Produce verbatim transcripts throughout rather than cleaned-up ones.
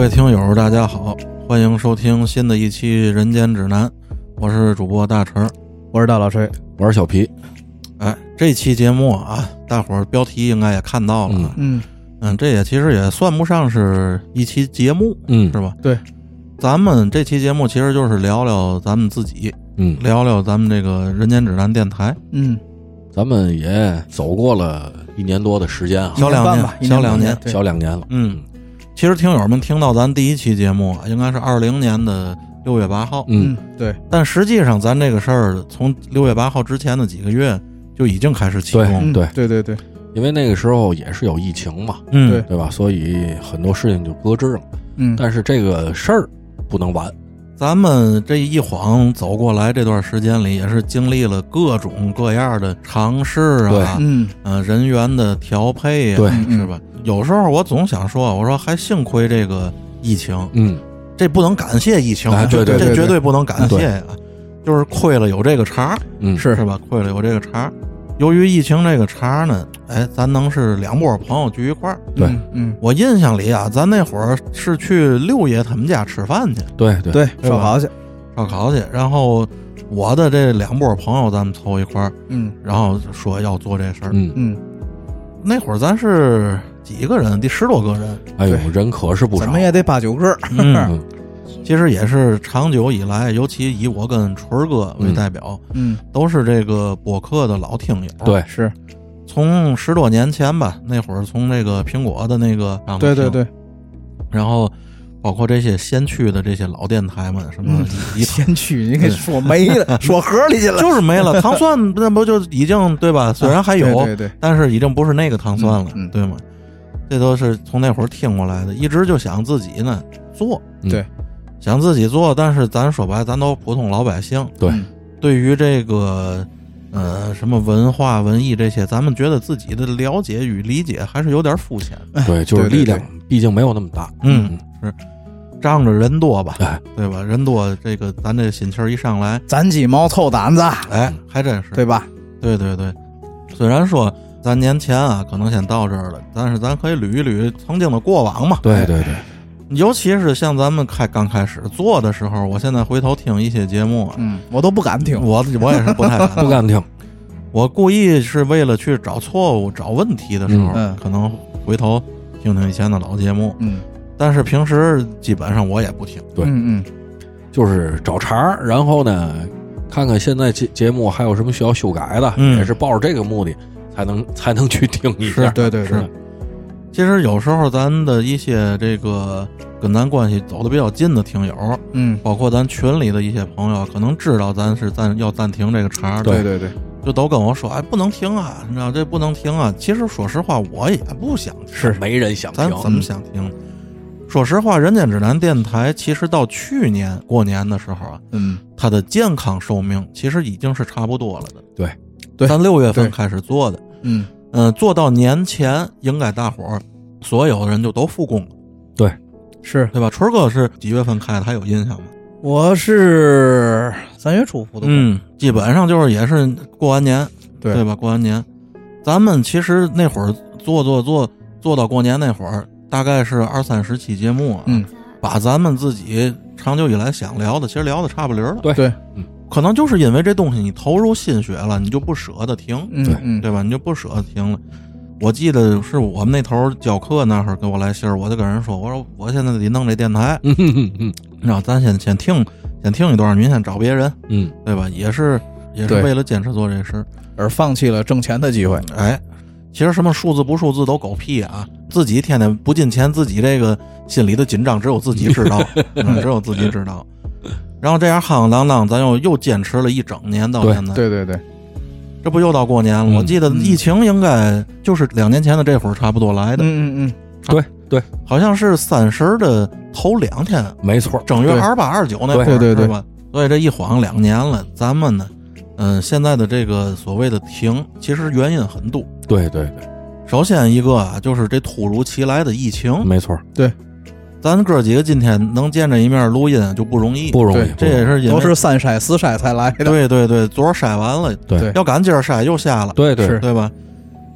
位听友大家好，欢迎收听新的一期人间指南，我是主播大成， 我是大老锤， 我是小皮。 哎，这期节目啊，大伙儿标题应该也看到了， 嗯嗯，这也其实也算不上是一期节目， 嗯， 是吧？ 对， 咱们这期节目其实就是聊聊咱们自己， 嗯， 聊聊咱们这个人间指南电台， 嗯， 咱们也走过了一年多的时间啊， 小两吧， 小两年， 小两年了， 嗯。其实听友们听到咱第一期节目啊，应该是二零年的六月八号， 嗯， 对。 但实际上咱这个事儿从六月八号之前的几个月就已经开始启动， 对对对对， 因为那个时候也是有疫情嘛， 嗯， 对对吧？所以很多事情就搁置了， 嗯， 但是这个事儿不能完。 咱们这一晃走过来这段时间里，也是经历了各种各样的尝试啊， 嗯， 呃，人员的调配啊， 对， 是吧？有时候我总想说，我说还幸亏这个疫情， 嗯， 这不能感谢疫情， 哎、对对对这绝对不能感谢啊，就是亏了有这个茬， 嗯， 是是吧？亏了有这个茬。由于疫情这个茬呢，哎，咱能是两拨朋友聚一块儿。 对， 嗯， 我印象里啊，咱那会儿是去六爷他们家吃饭去， 对对对，烧烤去， 烧烤去。然后我的这两拨朋友咱们凑一块儿， 嗯， 然后说要做这事儿。 嗯嗯， 那会儿咱是几个人？得十多个人。 哎呦，人可是不少， 怎么也得八九个。 嗯，其实也是长久以来，尤其以我跟锤儿哥为代表， 嗯， 都是这个播客的老听友。 对， 是从十多年前吧，那会儿从这个苹果的那个， 对对对， 然后包括这些先驱的这些老电台们，什么一先驱，你给说没了，说河里去了， 就是没了。糖蒜那不就已经对吧？虽然还有， 对对对， 但是已经不是那个糖蒜了， 嗯， 对吗？这都是从那会儿听过来的，一直就想自己呢做， 对， 想自己做，但是咱说白，咱都普通老百姓， 对， 对于这个呃什么文化文艺这些，咱们觉得自己的了解与理解还是有点肤浅， 对，就是力量毕竟没有那么大， 嗯，是仗着人多吧， 哎， 对吧？人多，这个咱这心气儿一上来， 攒鸡毛凑胆子， 哎，还真是， 对吧？ 对对对，虽然说咱年前啊，可能先到这儿了，但是咱可以捋一捋曾经的过往嘛。 对对对， 尤其是像咱们开刚开始做的时候，我现在回头听一些节目啊， 嗯，我都不敢听， 我我也是不太敢不敢听。 我故意是为了去找错误、找问题的时候， 嗯、 可能回头听听以前的老节目。 嗯， 但是平时基本上我也不听。 对， 嗯嗯， 就是找茬儿，然后呢，看看现在节节目还有什么需要修改的， 嗯、 也是抱着这个目的。才能才能去听一下， 对对对。 其实有时候咱的一些这个跟咱关系走的比较近的听友， 嗯， 包括咱群里的一些朋友，可能知道咱是暂要暂停这个茬， 对对对， 就都跟我说，哎，不能停啊，你知道这不能停啊。其实说实话，我也不想听， 是没人想听， 咱怎么想听？说实话，人间指南电台其实到去年过年的时候啊， 嗯， 它的健康寿命其实已经是差不多了的。 对。 对， 咱六月份开始做的， 嗯嗯、呃，做到年前，应该大伙儿所有的人就都复工了， 对， 是对吧？春哥是几月份开的？还有印象吗？ 我是三月初复的工， 嗯，基本上就是也是过完年， 对对吧？过完年，咱们其实那会儿做做做做到过年那会儿，大概是二三十期节目啊， 嗯， 把咱们自己长久以来想聊的，其实聊的差不离了， 对对， 嗯。 可能就是因为这东西你投入心血了，你就不舍得停， 对、嗯、 对吧？你就不舍得停了。我记得是我们那头教课那会儿给我来信儿，我就跟人说，我说我现在得弄这电台， 嗯嗯嗯， 然后咱先先听先听一段，您先找别人， 嗯， 对吧？也是也是为了坚持做这事， 而放弃了挣钱的机会。 哎，其实什么数字不数字都狗屁啊！自己天天不进钱，自己这个心里的紧张只有自己知道，嗯、只有自己知道。然后这样夯当当，咱又又坚持了一整年到现在。 对对对， 这不又到过年了？ 嗯、 我记得疫情应该就是两年前的这会儿差不多来的。 嗯嗯嗯， 对对， 好像是三十的头两天， 没错， 正月二八二九那会儿， 对对对是吧？所以这一晃两年了，咱们呢，嗯、呃，现在的这个所谓的停，其实原因很多。 对对对， 首先一个啊，就是这突如其来的疫情， 没错， 对。 咱哥几个今天能见着一面录音就不容易， 不容易， 这也是因为都是三筛四筛才来的。 对对对，昨儿筛完了， 对， 要赶今儿筛又下了， 对对， 对吧？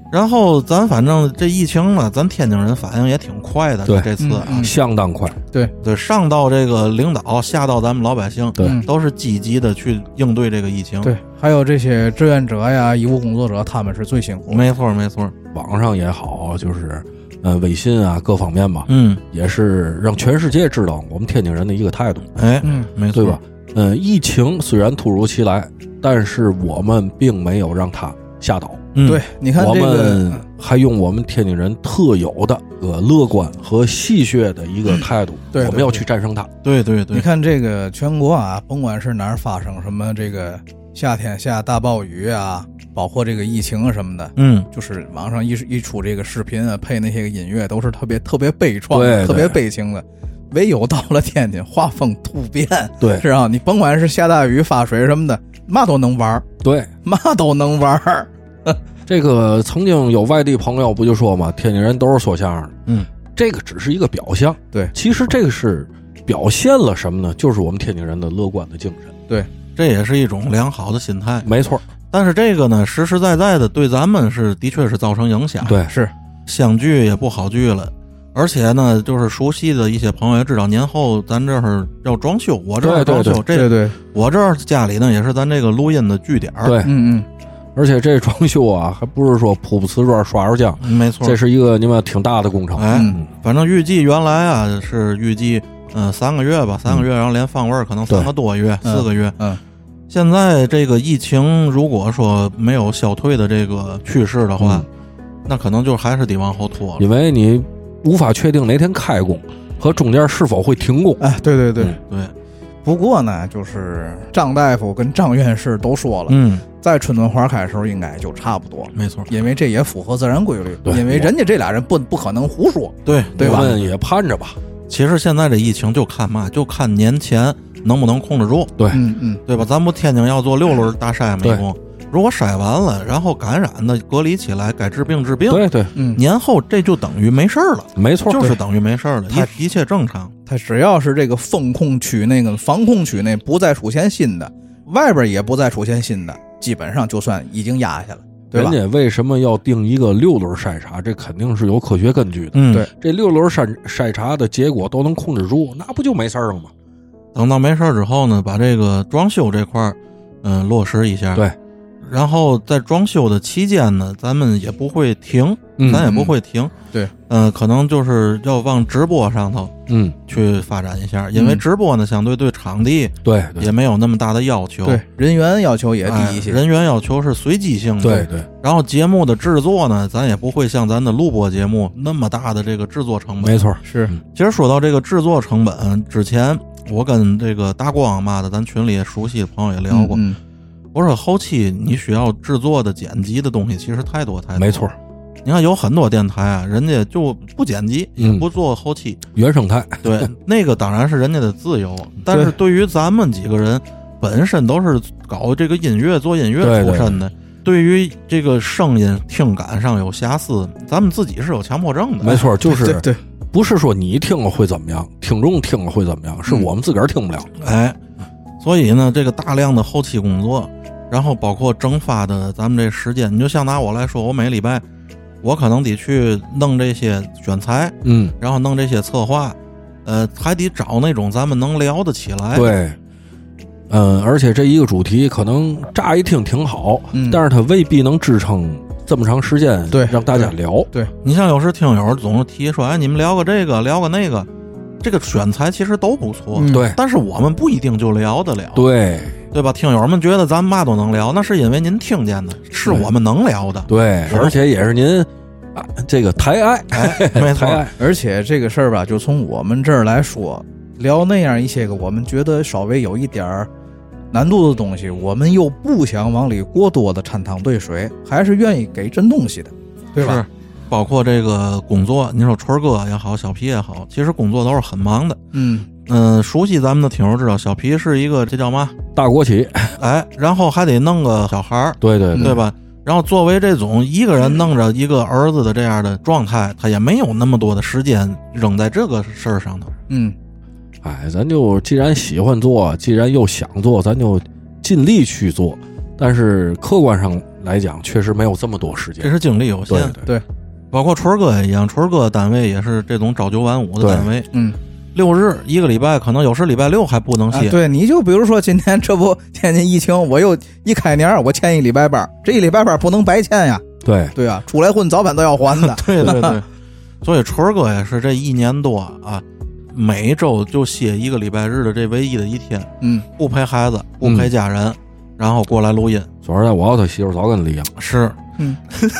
然后咱反正这疫情呢，咱天津人反应也挺快的， 对这次啊， 嗯嗯相当快。 对对，上到这个领导，下到咱们老百姓， 对嗯都是积极的去应对这个疫情。 对，还有这些志愿者呀、医务工作者，他们是最辛苦的。 没错没错， 网上也好，就是呃微信啊各方面吧， 嗯， 也是让全世界知道我们天津人的一个态度， 哎， 嗯， 没错对吧？嗯、呃，疫情虽然突如其来，但是我们并没有让它吓倒。 嗯， 对，你看我这个们还用我们天津人特有的呃乐观和戏谑的一个态度， 对对我们要去战胜它。 对对对， 你看这个全国啊，甭管是哪儿发生什么这个夏天下大暴雨啊，包括这个疫情啊什么的， 嗯， 就是网上一一出这个视频啊，配那些个音乐都是特别特别悲怆对的，特别悲情的。唯有到了天津，画风突变， 对， 是啊，你甭管是下大雨、发水什么的，嘛都能玩， 对， 嘛都能玩。 这个曾经有外地朋友不就说嘛，天津人都是说相声的， 嗯， 这个只是一个表象， 对， 其实这个是表现了什么呢？就是我们天津人的乐观的精神， 对， 这也是一种良好的心态。 没错， 但是这个呢，实实在在的对咱们是的确是造成影响。 对， 是相聚也不好聚了。而且呢，就是熟悉的一些朋友也知道，年后咱这儿要装修，我这儿装修， 对这对对， 我这儿家里呢也是咱这个录音的据点。 对， 嗯嗯， 而且这装修啊，还不是说铺铺瓷砖、刷刷浆， 没错， 这是一个你们挺大的工程。 哎， 嗯反正预计原来啊是预计嗯、呃、三个月吧，三个月，然后连放味儿可能三个多月、四个月。 嗯， 现在这个疫情如果说没有消退的这个趋势的话， 嗯、 那可能就还是得往后拖了， 因为你无法确定哪天开工和中间是否会停工。 哎，对对对、 嗯、 对。 不过呢，就是张大夫跟张院士都说了， 嗯， 在春暖花开的时候应该就差不多了， 没错， 因为这也符合自然规律， 对， 因为人家这俩人不不可能胡说， 对对吧？ 我们也盼着吧。 其实现在这疫情就看嘛，就看年前能不能控制住， 对， 嗯嗯， 对吧？咱不天津要做六轮大筛没功，如果筛完了，然后感染的隔离起来，该治病治病， 对对， 嗯， 年后这就等于没事了， 没错， 就是等于没事了，一一切正常。 他只要是这个封控区那个防控区内不再出现新的，外边也不再出现新的，基本上就算已经压下了。对吧？ 人家为什么要定一个六轮筛查？这肯定是有科学根据的。 嗯， 对， 这六轮筛筛查的结果都能控制住，那不就没事了吗？ 等到没事之后呢，把这个装修这块嗯、呃、落实一下。 对， 然后在装修的期间呢，咱们也不会停， 嗯、 咱也不会停。 对， 嗯、呃，可能就是要往直播上头， 嗯， 去发展一下，因为直播呢，相对对场地对也没有那么大的要求， 对人员要求也低一些， 哎、人员要求是随机性的， 对对。 然后节目的制作呢，咱也不会像咱的录播节目那么大的这个制作成本， 没错， 是。 其实说到这个制作成本，之前我跟这个大光嘛的，咱群里熟悉的朋友也聊过， 嗯嗯、 我说后期你需要制作的剪辑的东西其实太多太多， 没错。 你看有很多电台啊，人家就不剪辑，也不做后期， 嗯、原生态。 对，那个当然是人家的自由，但是对于咱们几个人本身都是搞这个音乐、做音乐出身的， 对, 对, 对于这个声音听感上有瑕疵，咱们自己是有强迫症的。 没错，就是对对， 不是说你听了会怎么样，听众听了会怎么样，是我们自个儿听不了。 嗯、哎，所以呢，这个大量的后期工作，然后包括整发的咱们这时间，你就像拿我来说，我每礼拜。我可能得去弄这些选材， 嗯， 然后弄这些策划，呃，还得找那种咱们能聊得起来。 对，嗯，而且这一个主题可能乍一听挺好， 嗯、 但是它未必能支撑这么长时间， 对， 让大家聊。 对， 你像有时听友总是提说，哎，你们聊个这个，聊个那个，这个选材其实都不错， 嗯、 对， 但是我们不一定就聊得了， 对。 对吧？听友们觉得咱嘛都能聊，那是因为您听见的是我们能聊的， 对，而且也是您啊这个抬爱， 哎，没错。 而且这个事儿吧，就从我们这儿来说，聊那样一些个我们觉得稍微有一点难度的东西，我们又不想往里过多的掺汤兑水，还是愿意给真东西的，对吧？ 是，包括这个工作，你说春哥也好，小皮也好，其实工作都是很忙的， 嗯。 嗯，熟悉咱们的听友知道，小皮是一个这叫嘛大国企， 哎，然后还得弄个小孩儿， 对对对, 对吧？然后作为这种一个人弄着一个儿子的这样的状态，他也没有那么多的时间扔在这个事儿上头。 嗯， 哎，咱就既然喜欢做，既然又想做，咱就尽力去做。但是客观上来讲，确实没有这么多时间， 这是精力有限。 对对， 对， 包括春儿哥也一样，春儿哥单位也是这种朝九晚五的单位， 嗯， 六日一个礼拜，可能有时礼拜六还不能歇。 啊、对，你就比如说今天这不天津疫情，我又一开年我欠一礼拜班，这一礼拜班不能白欠呀。 对对啊，出来混早晚都要还的。 对对对，所以春儿哥也是这一年多啊，每周就歇一个礼拜日的这唯一的一天， 嗯， 不陪孩子，不陪家人，嗯、然后过来录音。 昨儿在我他媳妇早跟离了， 是， 嗯，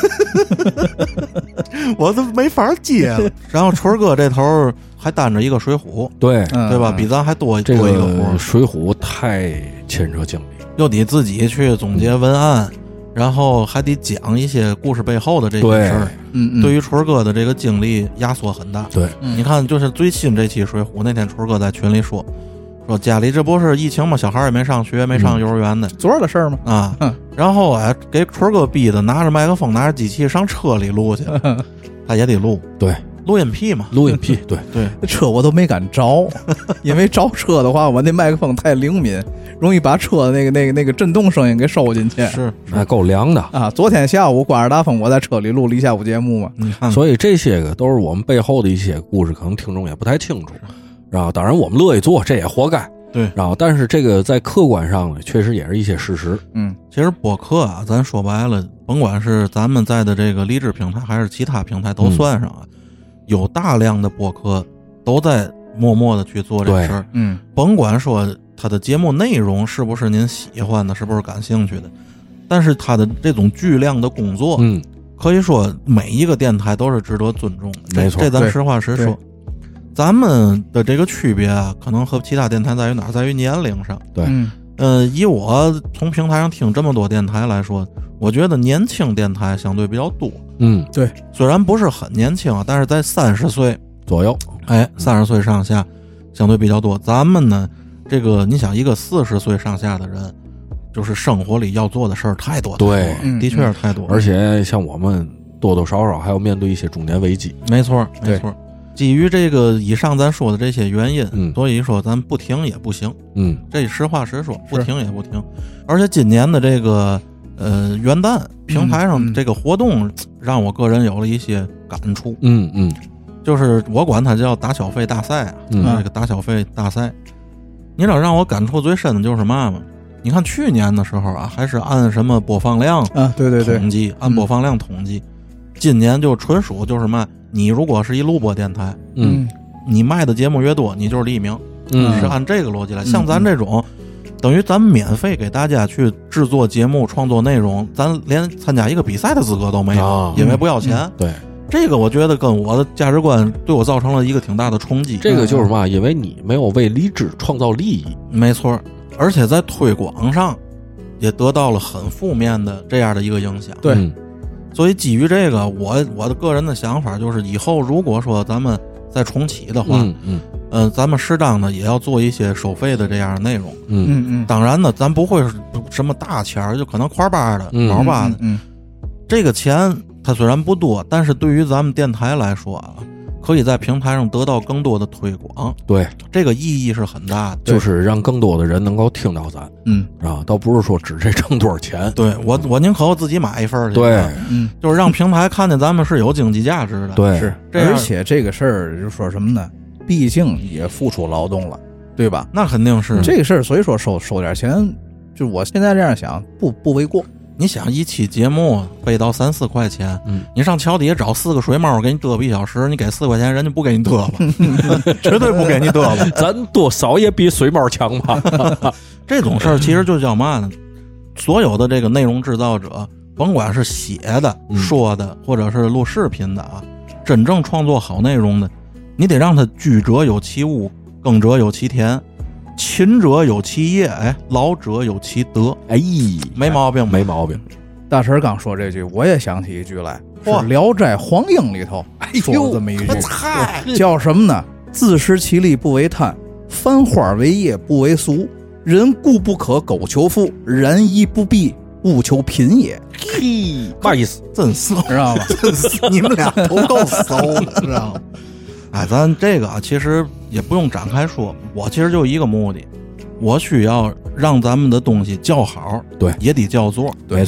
我都没法接了。然后春儿哥这头还担着一个水浒， 对、 嗯、 对吧？比咱还多这多一个活。 水浒太牵扯精力， 又得自己去总结文案。嗯，然后还得讲一些故事背后的这些事儿， 嗯嗯， 对于春儿哥的这个精力压缩很大。 对， 嗯、 你看，就是最新这期《水浒》，那天春儿哥在群里说，说家里这不是疫情吗？小孩也没上学，没上幼儿园的， 嗯、昨儿的事儿吗？ 啊，嗯、然后哎，给春儿哥逼的，拿着麦克风，拿着机器上车里录去，他也得录， 对。 录音癖嘛， 录音癖，对对， 车我都没敢着，因为着车的话，我那麦克风太灵敏，容易把车的那个那个那个震动声音给收进去。 是， 那够凉的啊！昨天下午刮着大风，我在车里录了一下午节目嘛。 你看， 所以这些个都是我们背后的一些故事，可能听众也不太清楚。然后，当然我们乐意做，这也活该。 对， 然后，但是这个在客观上呢，确实也是一些事实。 嗯， 其实播客啊，咱说白了，甭管是咱们在的这个荔枝平台，还是其他平台，都算上啊。嗯，有大量的播客都在默默的去做这事儿， 嗯， 甭管说他的节目内容是不是您喜欢的，是不是感兴趣的，但是他的这种巨量的工作， 嗯， 可以说每一个电台都是值得尊重的。 没错， 这咱实话实说。咱们的这个区别啊，可能和其他电台在于哪儿？在于年龄上。 对， 嗯， 呃，以我从平台上听这么多电台来说，我觉得年轻电台相对比较多。 嗯， 对， 虽然不是很年轻啊，但是在三十岁左右， 哎，三十岁上下相对比较多。咱们呢，这个你想一个四十岁上下的人，就是生活里要做的事儿太多， 对， 的确是太多。 而且像我们多多少少还要面对一些中年危机。 没错，没错。基于这个以上咱说的这些原因， 嗯， 所以说咱不停也不行， 嗯， 这实话实说，不停也不停。而且今年的这个呃元旦平台上这个活动，让我个人有了一些感触， 嗯嗯， 就是我管它叫打小费大赛啊， 嗯， 这个打小费大赛，你知道让我感触最深的就是嘛吗？你看去年的时候啊，还是按什么播放量啊，对对对， 统计按播放量统计，今年就纯属就是嘛。你如果是一录播电台， 嗯， 你卖的节目越多，你就是第一名， 嗯， 是按这个逻辑来。像咱这种，等于咱免费给大家去制作节目、创作内容，咱连参加一个比赛的资格都没有， 啊、 因为不要钱。 嗯、对， 这个我觉得跟我的价值观对我造成了一个挺大的冲击。 这个就是嘛，因为你没有为荔枝创造利益， 没错，而且在推广上也得到了很负面的这样的一个影响。 对。 嗯， 所以基于这个，我我的个人的想法就是，以后如果说咱们再重启的话， 嗯嗯， 呃，咱们适当的也要做一些收费的这样的内容。 嗯嗯嗯， 当然呢，咱不会什么大钱儿，就可能块八的、毛八的。 嗯， 这个钱它虽然不多，但是对于咱们电台来说啊，可以在平台上得到更多的推广。 对， 这个意义是很大的， 就是让更多的人能够听到咱。 嗯啊，倒不是说指这挣多少钱。 对我，我宁可我自己买一份去。 对， 嗯， 就是让平台看见咱们是有经济价值的。 对， 是。而且这个事儿就说什么呢？毕竟也付出劳动了，对吧？ 那肯定是这个事儿，所以说收收点钱，就我现在这样想，不不为过。 你想一期节目背到三四块钱， 嗯， 你上桥底下找四个水猫给你嘚啵一小时，你给四块钱，人家不给你嘚啵，绝对不给你嘚啵。 咱多少也比水猫强吧？ 这种事儿其实就叫嘛呢？所有的这个内容制造者，甭管是写的、 嗯、 说的，或者是录视频的啊，真正创作好内容的，你得让他居者有其屋，耕者有其田。勤者有其业，哎，劳者有其德， 哎， 没毛病， 没毛病。 大神刚说这句，我也想起一句来，是《聊斋黄莺》里头说了这么一句，叫什么呢？自食其力不为贪，繁花为业不为俗，人固不可苟求富，然亦不必务求贫也。 嘿，嘛意思？ 真骚， 知道吗？ 真骚，你们俩都够骚的，知道吗？哎，咱这个啊，其实也不用展开说，我其实就一个目的，我需要让咱们的东西叫好， 对， 也得叫座， 没错。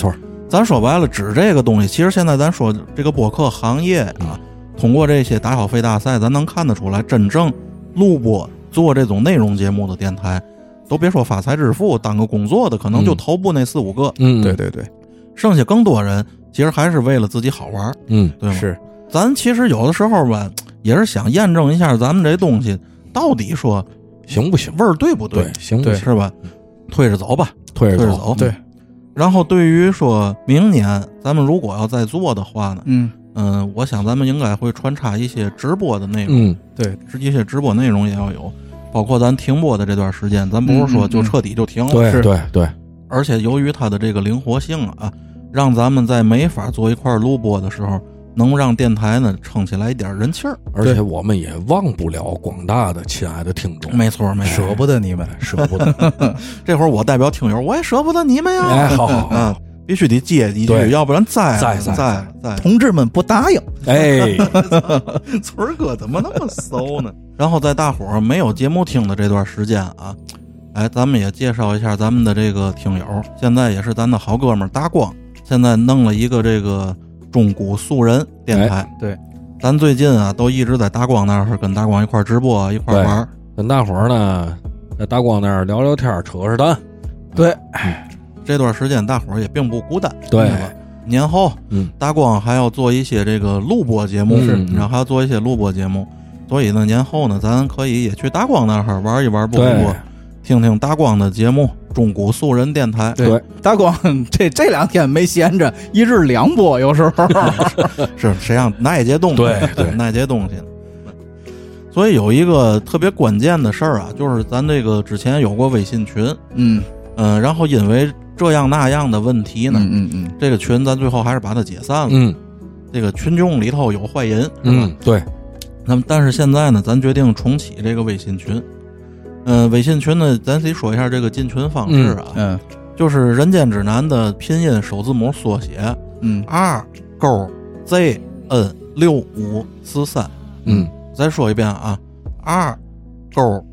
咱说白了，指这个东西，其实现在咱说这个播客行业啊，通过这些打小费大赛，咱能看得出来，真正录播做这种内容节目的电台，都别说发财致富，当个工作的可能就头部那四五个。 嗯， 对对对， 剩下更多人其实还是为了自己好玩， 嗯， 对吗？ 是， 咱其实有的时候吧，也是想验证一下咱们这东西到底说行不行， 味儿对不对， 对，行不对行， 是吧？推着走吧， 推着走， 推着走。 对， 然后对于说明年咱们如果要再做的话呢， 嗯嗯，我想咱们应该会穿插一些直播的内容， 嗯， 对， 一些直播内容也要有，包括咱停播的这段时间，咱不是说就彻底就停了， 对是对对， 而且由于它的这个灵活性啊，让咱们在没法做一块录播的时候，能让电台呢撑起来一点人气儿。 而且我们也忘不了广大的亲爱的听众， 没错没错， 舍不得你们， 舍不得。 这会儿我代表听友，我也舍不得你们呀。 哎，好好好， 嗯，必须得接一句， 对要不然栽栽栽栽栽。 同志们不答应。 哎， 村儿哥怎么那么馊呢？然后在大伙儿没有节目听的这段时间啊，哎，咱们也介绍一下咱们的这个听友，现在也是咱的好哥们儿大光，现在弄了一个这个中古素人电台。 哎、 对， 咱最近啊都一直在大光那儿跟大光一块儿直播一块儿玩， 跟大伙儿呢在大光那儿聊聊天，扯扯淡。 对， 这段时间大伙儿也并不孤单。 对， 年后， 嗯， 大光还要做一些这个录播节目， 嗯、 然后还要做一些录播节目，所以呢，年后呢，咱可以也去大光那儿玩一玩播一播，听听大光的节目《中古素人电台》。 对，大光这这两天没闲着，一日两播，有时候是谁让耐这东西？ 对对， 耐这东西。所以有一个特别关键的事儿啊，就是咱这个之前有过微信群， 嗯嗯、呃，然后因为这样那样的问题呢， 嗯嗯嗯， 这个群咱最后还是把它解散了。 嗯， 这个群众里头有坏人， 嗯，对。 那么，但是现在呢，咱决定重启这个微信群。嗯、呃，微信群呢，咱得说一下这个进群方式啊， 嗯， 就是人间指南的拼音首字母缩写， 嗯 ，R 勾 Z N 六五四三， 嗯， 再说一遍啊 ，R 勾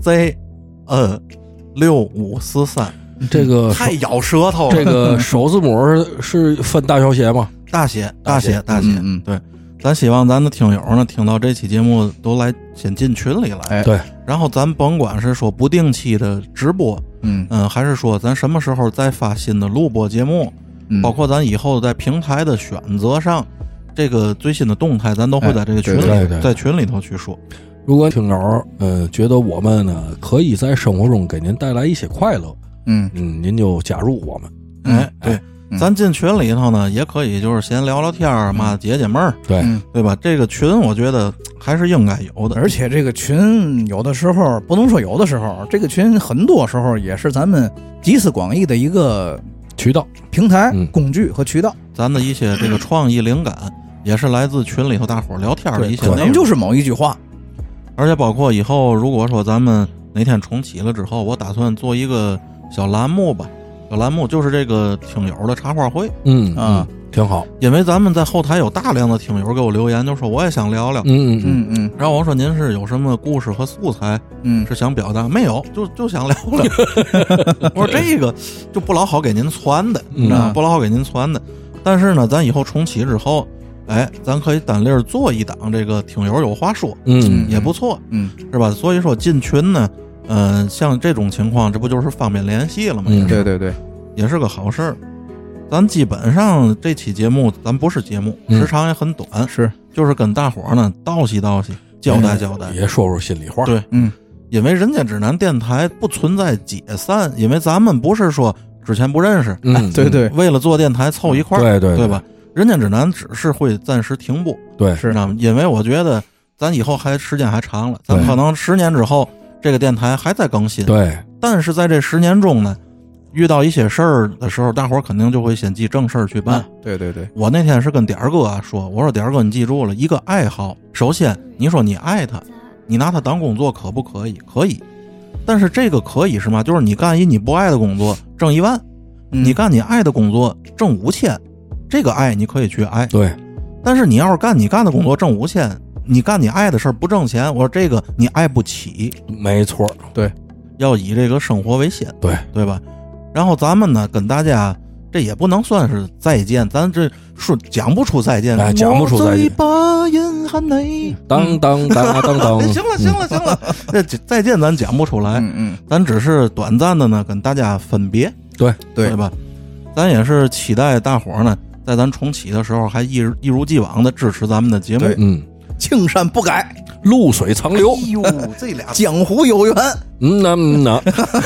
Z N 六五四三， 这个太咬舌头了。 这个首字母是分大小写吗？ 大写，大写，大写， 嗯， 对。咱希望咱的听友呢，听到这期节目都来先进群里来， 哎， 对。 然后咱甭管是说不定期的直播， 嗯嗯，还是说咱什么时候再发新的录播节目， 嗯， 包括咱以后在平台的选择上，这个最新的动态，咱都会在这个群里， 哎、对对对在群里头去说。 如果听友呃觉得我们呢可以在生活中给您带来一些快乐， 嗯嗯，您就加入我们。 哎，对。 嗯、 咱进群里头呢，也可以就是先聊聊天儿嘛，解解闷儿， 对、 嗯、 对吧？这个群我觉得还是应该有的。 而且这个群有的时候不能说有的时候，这个群很多时候也是咱们集思广益的一个渠道、 平台、 嗯、 工具和渠道。 咱的一些这个创意灵感，也是来自群里头大伙儿聊天的一些内容， 可能就是某一句话。 而且包括以后如果说咱们哪天重启了之后，我打算做一个小栏目吧。小栏目就是这个听友的茶话会， 嗯啊、 嗯，挺好。 因为咱们在后台有大量的听友给我留言，就说我也想聊聊， 嗯嗯嗯， 然后我说您是有什么故事和素材， 嗯， 是想表达？没有，就就想聊聊。我说这个就不老好给您传的， 嗯、 啊，不老好给您传的。但是呢，咱以后重启之后，哎，咱可以单立儿做一档这个听友有话说， 嗯， 也不错， 嗯， 是吧？所以说进群呢。嗯、呃，像这种情况，这不就是方便联系了吗？ 嗯，对对对， 也是个好事儿。咱基本上这期节目，咱不是节目， 嗯、 时长也很短， 是就是跟大伙儿呢道细道细，交代交代， 也说说心里话。 对， 嗯， 因为人家指南电台不存在解散，因为咱们不是说之前不认识， 嗯， 对对， 为了做电台凑一块儿， 对对对吧？人家指南只是会暂时停播， 对， 是那因为我觉得咱以后还时间还长了，咱可能十年之后。这个电台还在更新， 对， 但是在这十年中呢，遇到一些事儿的时候，大伙儿肯定就会先记正事儿去办、啊。 对对对， 我那天是跟点儿哥啊说，我说点儿哥，你记住了，一个爱好，首先你说你爱他，你拿他当工作可不可以？可以，但是这个可以是吗？就是你干一你不爱的工作挣一万， 嗯、 你干你爱的工作挣五千，这个爱你可以去爱。 对， 但是你要是干你干的工作挣五千。你干你爱的事儿不挣钱，我说这个你爱不起， 没错， 对， 要以这个生活为先， 对， 对吧？然后咱们呢，跟大家这也不能算是再见，咱这说讲不出再见， 哎讲不出再见。 我嘴巴隐含泪， 当当当当当， 行了行了行了，这再见咱讲不出来， 嗯嗯， 咱只是短暂的呢跟大家分别， 对对对吧？咱也是期待大伙儿呢，在咱重启的时候还一一如既往的支持咱们的节目。 对嗯， 青山不改， 露水长流。 哎呦，这俩江湖有缘。 嗯呐嗯呐，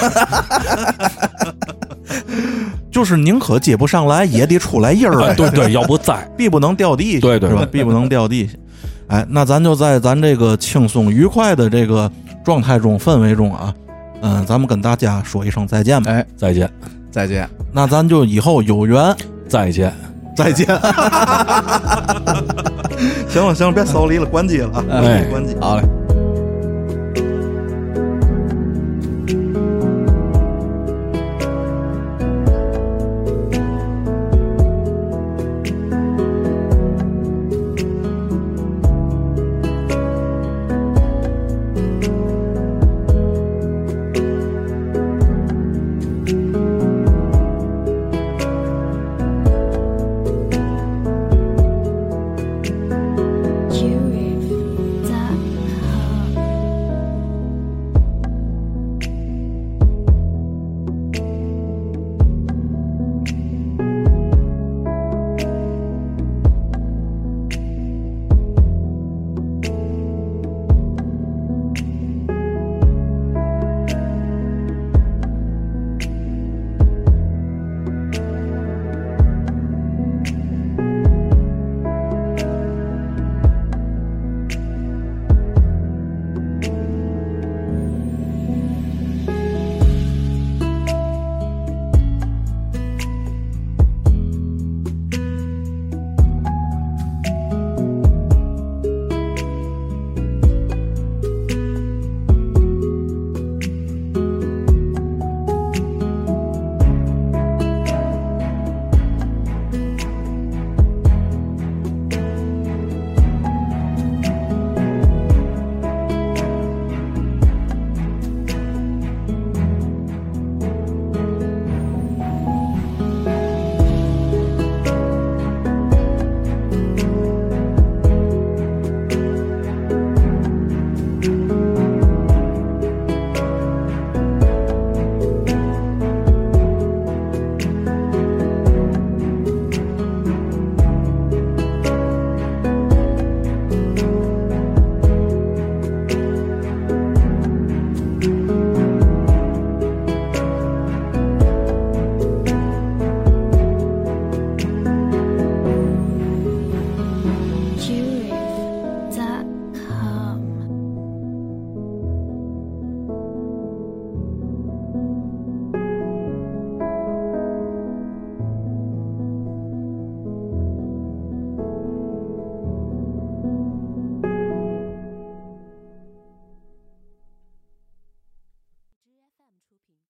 就是宁可接不上来，也得出来音儿来， 哎对对，要不栽。 必不能掉地下， 对对是吧？必不能掉地下。哎，那咱就在咱这个轻松愉快的这个状态中、氛围中啊，嗯，咱们跟大家说一声再见吧。 哎， 再见， 再见。 那咱就以后有缘再见， 再见。行了行了，别骚离了，关机了啊！ 哎关机。 好嘞。